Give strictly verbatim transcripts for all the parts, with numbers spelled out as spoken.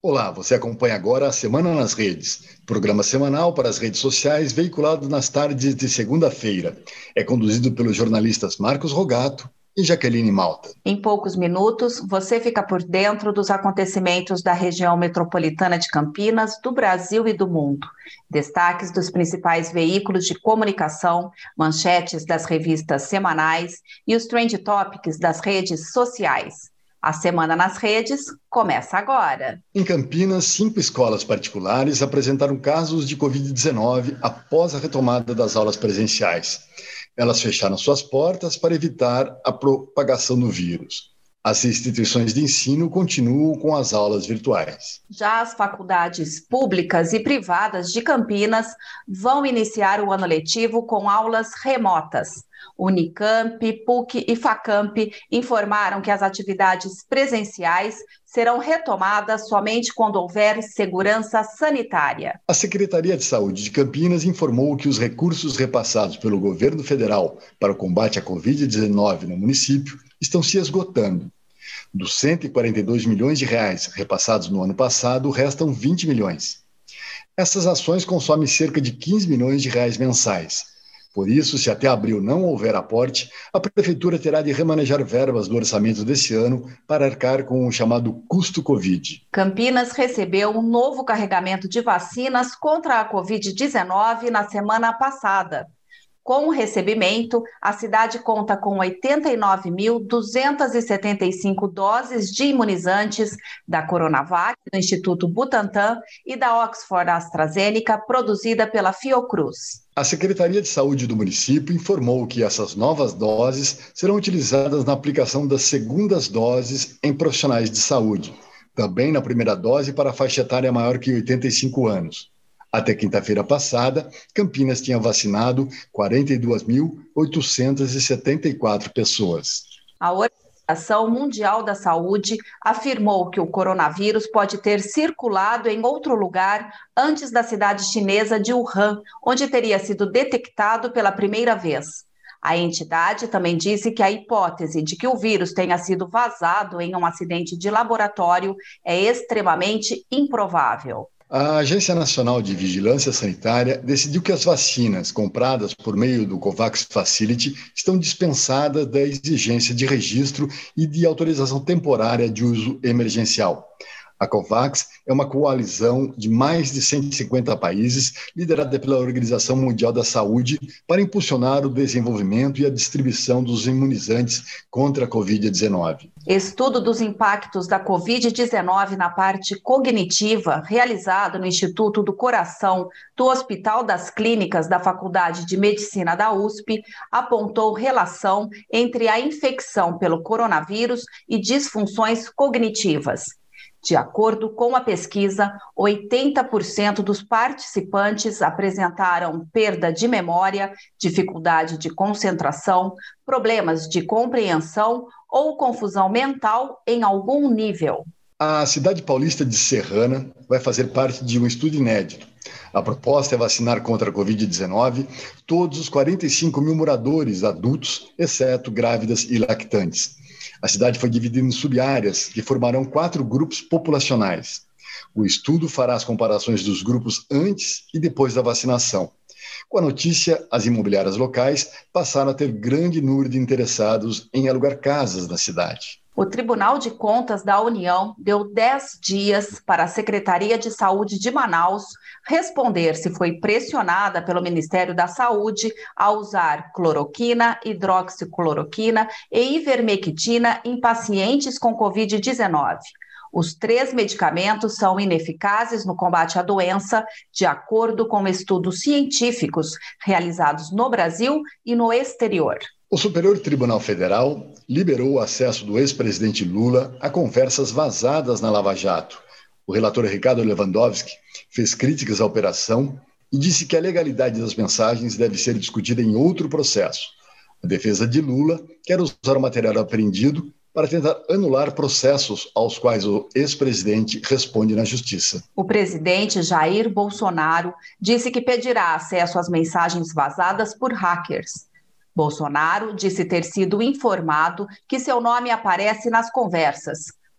Olá, você acompanha agora a Semana nas Redes, programa semanal para as redes sociais veiculado nas tardes de segunda-feira. É conduzido pelos jornalistas Marcos Rogato e Jaqueline Malta. Em poucos minutos, você fica por dentro dos acontecimentos da região metropolitana de Campinas, do Brasil e do mundo. Destaques dos principais veículos de comunicação, manchetes das revistas semanais e os trend topics das redes sociais. A Semana nas Redes começa agora. Em Campinas, cinco escolas particulares apresentaram casos de covid dezenove após a retomada das aulas presenciais. Elas fecharam suas portas para evitar a propagação do vírus. As instituições de ensino continuam com as aulas virtuais. Já as faculdades públicas e privadas de Campinas vão iniciar o ano letivo com aulas remotas. Unicamp, P U C e Facamp informaram que as atividades presenciais serão retomadas somente quando houver segurança sanitária. A Secretaria de Saúde de Campinas informou que os recursos repassados pelo governo federal para o combate à covid dezenove no município estão se esgotando. Dos cento e quarenta e dois milhões de reais repassados no ano passado, restam vinte milhões. Essas ações consomem cerca de quinze milhões de reais mensais. Por isso, se até abril não houver aporte, a Prefeitura terá de remanejar verbas do orçamento desse ano para arcar com o chamado custo Covid. Campinas recebeu um novo carregamento de vacinas contra a covid dezenove na semana passada. Com o recebimento, a cidade conta com oitenta e nove mil duzentas e setenta e cinco doses de imunizantes da Coronavac, do Instituto Butantan, e da Oxford AstraZeneca, produzida pela Fiocruz. A Secretaria de Saúde do município informou que essas novas doses serão utilizadas na aplicação das segundas doses em profissionais de saúde, também na primeira dose para a faixa etária maior que oitenta e cinco anos. Até quinta-feira passada, Campinas tinha vacinado quarenta e duas mil oitocentas e setenta e quatro pessoas. A Organização Mundial da Saúde afirmou que o coronavírus pode ter circulado em outro lugar antes da cidade chinesa de Wuhan, onde teria sido detectado pela primeira vez. A entidade também disse que a hipótese de que o vírus tenha sido vazado em um acidente de laboratório é extremamente improvável. A Agência Nacional de Vigilância Sanitária decidiu que as vacinas compradas por meio do COVAX Facility estão dispensadas da exigência de registro e de autorização temporária de uso emergencial. A COVAX é uma coalizão de mais de cento e cinquenta países, liderada pela Organização Mundial da Saúde, para impulsionar o desenvolvimento e a distribuição dos imunizantes contra a covid dezenove. Estudo dos impactos da covid dezenove na parte cognitiva, realizado no Instituto do Coração do Hospital das Clínicas da Faculdade de Medicina da U S P, apontou relação entre a infecção pelo coronavírus e disfunções cognitivas. De acordo com a pesquisa, oitenta por cento dos participantes apresentaram perda de memória, dificuldade de concentração, problemas de compreensão ou confusão mental em algum nível. A cidade paulista de Serrana vai fazer parte de um estudo inédito. A proposta é vacinar contra a covid dezenove todos os quarenta e cinco mil moradores adultos, exceto grávidas e lactantes. A cidade foi dividida em subáreas que formarão quatro grupos populacionais. O estudo fará as comparações dos grupos antes e depois da vacinação. Com a notícia, as imobiliárias locais passaram a ter grande número de interessados em alugar casas na cidade. O Tribunal de Contas da União deu dez dias para a Secretaria de Saúde de Manaus responder se foi pressionada pelo Ministério da Saúde a usar cloroquina, hidroxicloroquina e ivermectina em pacientes com covid dezenove. Os três medicamentos são ineficazes no combate à doença, de acordo com estudos científicos realizados no Brasil e no exterior. O Superior Tribunal Federal liberou o acesso do ex-presidente Lula a conversas vazadas na Lava Jato. O relator Ricardo Lewandowski fez críticas à operação e disse que a legalidade das mensagens deve ser discutida em outro processo. A defesa de Lula quer usar o material apreendido para tentar anular processos aos quais o ex-presidente responde na Justiça. O presidente Jair Bolsonaro disse que pedirá acesso às mensagens vazadas por hackers. Bolsonaro disse ter sido informado que seu nome aparece nas conversas,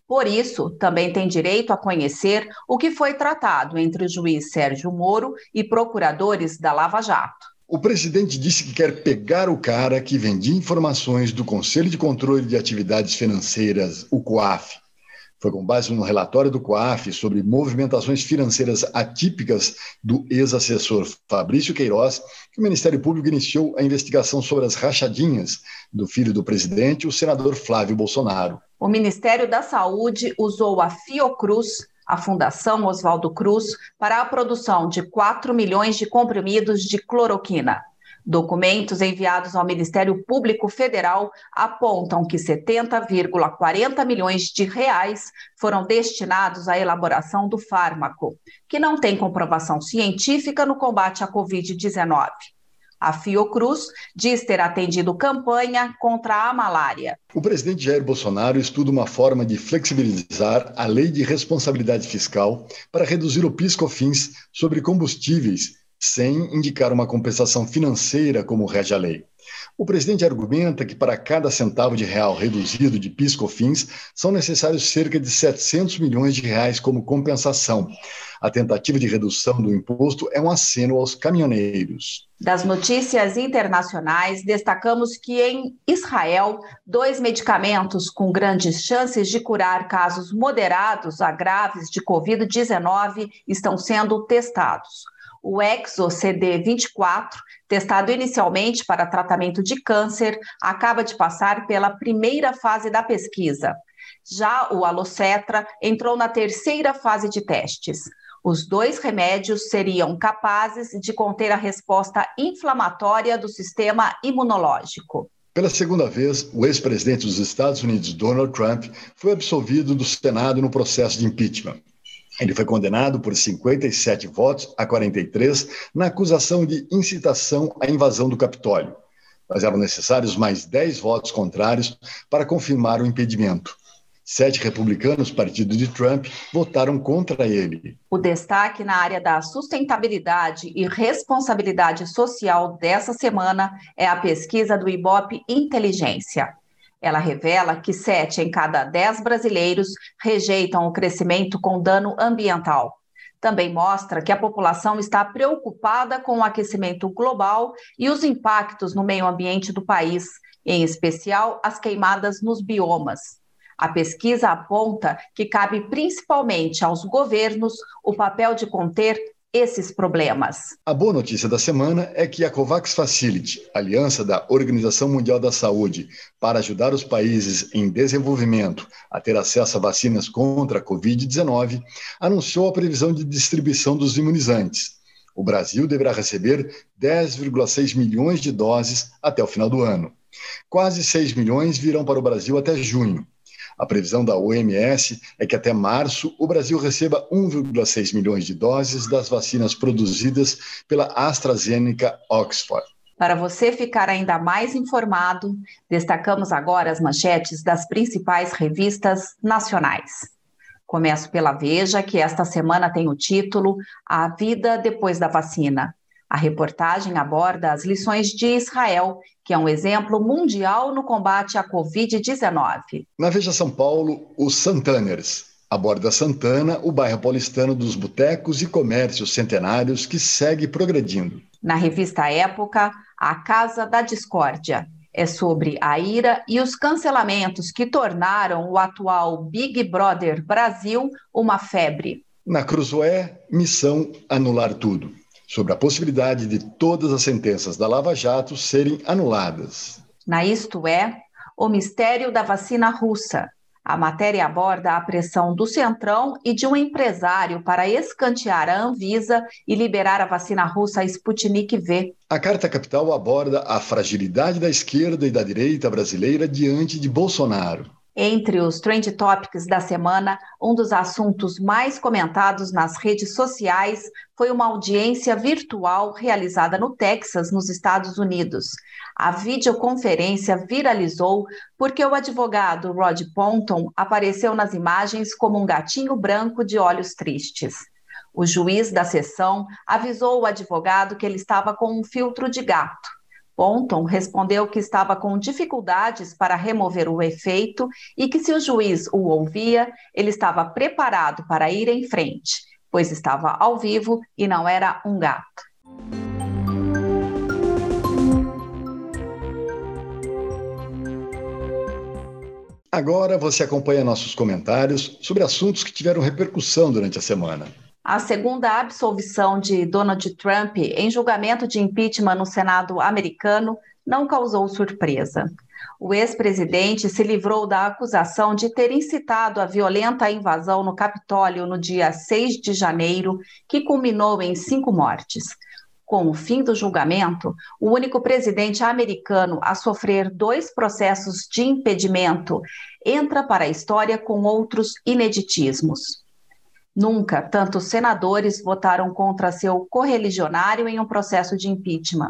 Por isso, também tem direito a conhecer o que foi tratado entre o juiz Sérgio Moro e procuradores da Lava Jato. O presidente disse que quer pegar o cara que vendia informações do Conselho de Controle de Atividades Financeiras, o COAF. Foi com base no relatório do COAF sobre movimentações financeiras atípicas do ex-assessor Fabrício Queiroz que o Ministério Público iniciou a investigação sobre as rachadinhas do filho do presidente, o senador Flávio Bolsonaro. O Ministério da Saúde usou a Fiocruz, a Fundação Oswaldo Cruz, para a produção de quatro milhões de comprimidos de cloroquina. Documentos enviados ao Ministério Público Federal apontam que setenta vírgula quarenta milhões de reais foram destinados à elaboração do fármaco, que não tem comprovação científica no combate à covid dezenove. A Fiocruz diz ter atendido campanha contra a malária. O presidente Jair Bolsonaro estuda uma forma de flexibilizar a lei de responsabilidade fiscal para reduzir o PIS/COFINS sobre combustíveis, sem indicar uma compensação financeira como rege a lei. O presidente argumenta que para cada centavo de real reduzido de PIS/COFINS são necessários cerca de setecentos milhões de reais como compensação. A tentativa de redução do imposto é um aceno aos caminhoneiros. Das notícias internacionais, destacamos que em Israel, dois medicamentos com grandes chances de curar casos moderados a graves de covid dezenove estão sendo testados. O Exo C D vinte e quatro, testado inicialmente para tratamento de câncer, acaba de passar pela primeira fase da pesquisa. Já o Alocetra entrou na terceira fase de testes. Os dois remédios seriam capazes de conter a resposta inflamatória do sistema imunológico. Pela segunda vez, o ex-presidente dos Estados Unidos, Donald Trump, foi absolvido do Senado no processo de impeachment. Ele foi condenado por cinquenta e sete votos a quarenta e três na acusação de incitação à invasão do Capitólio. Mas eram necessários mais dez votos contrários para confirmar o impedimento. Sete republicanos, partido de Trump, votaram contra ele. O destaque na área da sustentabilidade e responsabilidade social dessa semana é a pesquisa do Ibope Inteligência. Ela revela que sete em cada dez brasileiros rejeitam o crescimento com dano ambiental. Também mostra que a população está preocupada com o aquecimento global e os impactos no meio ambiente do país, em especial as queimadas nos biomas. A pesquisa aponta que cabe principalmente aos governos o papel de conter esses problemas. A boa notícia da semana é que a COVAX Facility, aliança da Organização Mundial da Saúde, para ajudar os países em desenvolvimento a ter acesso a vacinas contra a covid dezenove, anunciou a previsão de distribuição dos imunizantes. O Brasil deverá receber dez vírgula seis milhões de doses até o final do ano. Quase seis milhões virão para o Brasil até junho. A previsão da O M S é que até março o Brasil receba um vírgula seis milhões de doses das vacinas produzidas pela AstraZeneca Oxford. Para você ficar ainda mais informado, destacamos agora as manchetes das principais revistas nacionais. Começo pela Veja, que esta semana tem o título A Vida Depois da Vacina. A reportagem aborda as lições de Israel, que é um exemplo mundial no combate à covid dezenove. Na Veja São Paulo, os Santaners. Aborda Santana, o bairro paulistano dos botecos e comércios centenários que segue progredindo. Na revista Época, a Casa da Discórdia. É sobre a ira e os cancelamentos que tornaram o atual Big Brother Brasil uma febre. Na Cruzoé, missão anular tudo. Sobre a possibilidade de todas as sentenças da Lava Jato serem anuladas. Na Isto É, o mistério da vacina russa. A matéria aborda a pressão do Centrão e de um empresário para escantear a Anvisa e liberar a vacina russa Sputnik V. A Carta Capital aborda a fragilidade da esquerda e da direita brasileira diante de Bolsonaro. Entre os Trend Topics da semana, um dos assuntos mais comentados nas redes sociais foi uma audiência virtual realizada no Texas, nos Estados Unidos. A videoconferência viralizou porque o advogado Rod Ponton apareceu nas imagens como um gatinho branco de olhos tristes. O juiz da sessão avisou o advogado que ele estava com um filtro de gato. Ponton respondeu que estava com dificuldades para remover o efeito e que, se o juiz o ouvia, ele estava preparado para ir em frente, pois estava ao vivo e não era um gato. Agora você acompanha nossos comentários sobre assuntos que tiveram repercussão durante a semana. A segunda absolvição de Donald Trump em julgamento de impeachment no Senado americano não causou surpresa. O ex-presidente se livrou da acusação de ter incitado a violenta invasão no Capitólio no dia seis de janeiro, que culminou em cinco mortes. Com o fim do julgamento, o único presidente americano a sofrer dois processos de impedimento entra para a história com outros ineditismos. Nunca tantos senadores votaram contra seu correligionário em um processo de impeachment.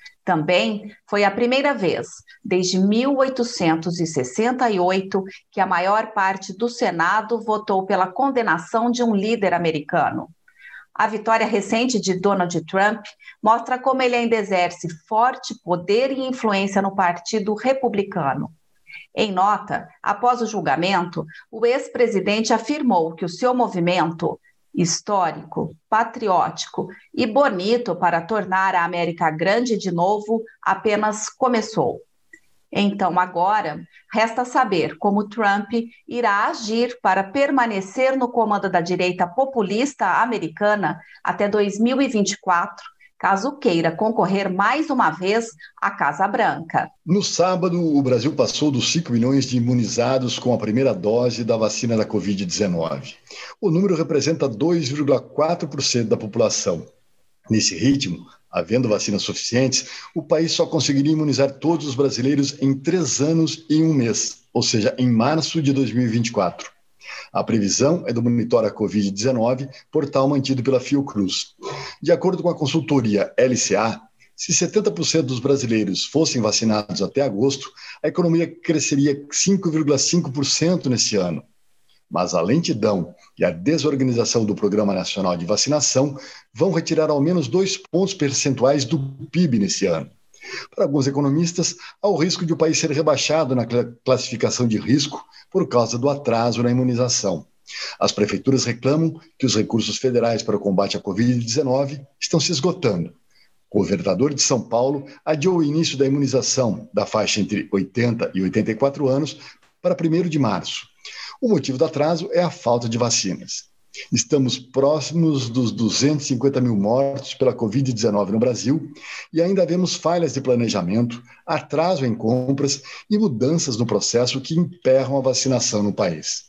Também foi a primeira vez, desde mil oitocentos e sessenta e oito, que a maior parte do Senado votou pela condenação de um líder americano. A vitória recente de Donald Trump mostra como ele ainda exerce forte poder e influência no Partido Republicano. Em nota, após o julgamento, o ex-presidente afirmou que o seu movimento histórico, patriótico e bonito para tornar a América grande de novo apenas começou. Então, agora, resta saber como Trump irá agir para permanecer no comando da direita populista americana até dois mil e vinte e quatro, caso queira concorrer mais uma vez à Casa Branca. No sábado, o Brasil passou dos cinco milhões de imunizados com a primeira dose da vacina da covid dezenove. O número representa dois vírgula quatro por cento da população. Nesse ritmo, havendo vacinas suficientes, o país só conseguiria imunizar todos os brasileiros em três anos e um mês, ou seja, em março de dois mil e vinte e quatro. A previsão é do Monitora covid dezenove, portal mantido pela Fiocruz. De acordo com a consultoria L C A, se setenta por cento dos brasileiros fossem vacinados até agosto, a economia cresceria cinco vírgula cinco por cento nesse ano. Mas a lentidão e a desorganização do Programa Nacional de Vacinação vão retirar ao menos dois pontos percentuais do P I B nesse ano. Para alguns economistas, há o risco de o país ser rebaixado na classificação de risco por causa do atraso na imunização. As prefeituras reclamam que os recursos federais para o combate à covid dezenove estão se esgotando. O governador de São Paulo adiou o início da imunização da faixa entre oitenta e oitenta e quatro anos para primeiro de março. O motivo do atraso é a falta de vacinas. Estamos próximos dos duzentos e cinquenta mil mortos pela covid dezenove no Brasil e ainda vemos falhas de planejamento, atraso em compras e mudanças no processo que emperram a vacinação no país.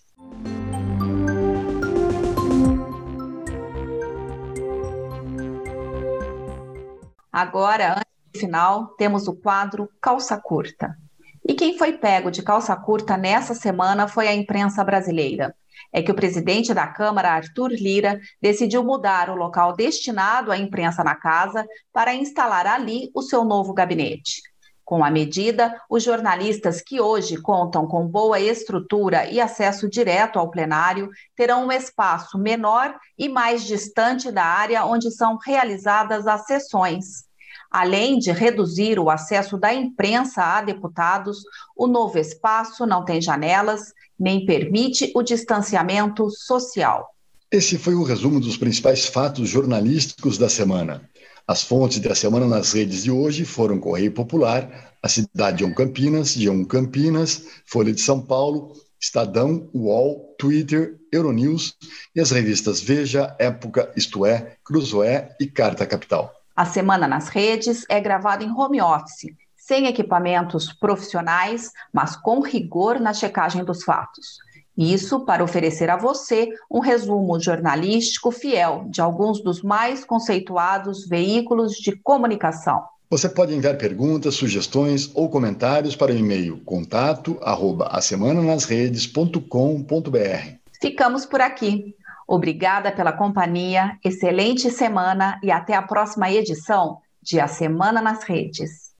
Agora, antes do final, temos o quadro Calça Curta. E quem foi pego de calça curta nessa semana foi a imprensa brasileira. É que o presidente da Câmara, Arthur Lira, decidiu mudar o local destinado à imprensa na casa para instalar ali o seu novo gabinete. Com a medida, os jornalistas que hoje contam com boa estrutura e acesso direto ao plenário terão um espaço menor e mais distante da área onde são realizadas as sessões. Além de reduzir o acesso da imprensa a deputados, o novo espaço não tem janelas, nem permite o distanciamento social. Esse foi o resumo dos principais fatos jornalísticos da semana. As fontes da Semana nas Redes de hoje foram Correio Popular, a Cidade de Campinas, G um Campinas, Folha de São Paulo, Estadão, U O L, Twitter, Euronews e as revistas Veja, Época, Isto É, Cruzoé e Carta Capital. A Semana nas Redes é gravada em home office, sem equipamentos profissionais, mas com rigor na checagem dos fatos. Isso para oferecer a você um resumo jornalístico fiel de alguns dos mais conceituados veículos de comunicação. Você pode enviar perguntas, sugestões ou comentários para o e-mail contato arroba asemananasredes ponto com ponto br. Ficamos por aqui. Obrigada pela companhia, excelente semana e até a próxima edição de A Semana nas Redes.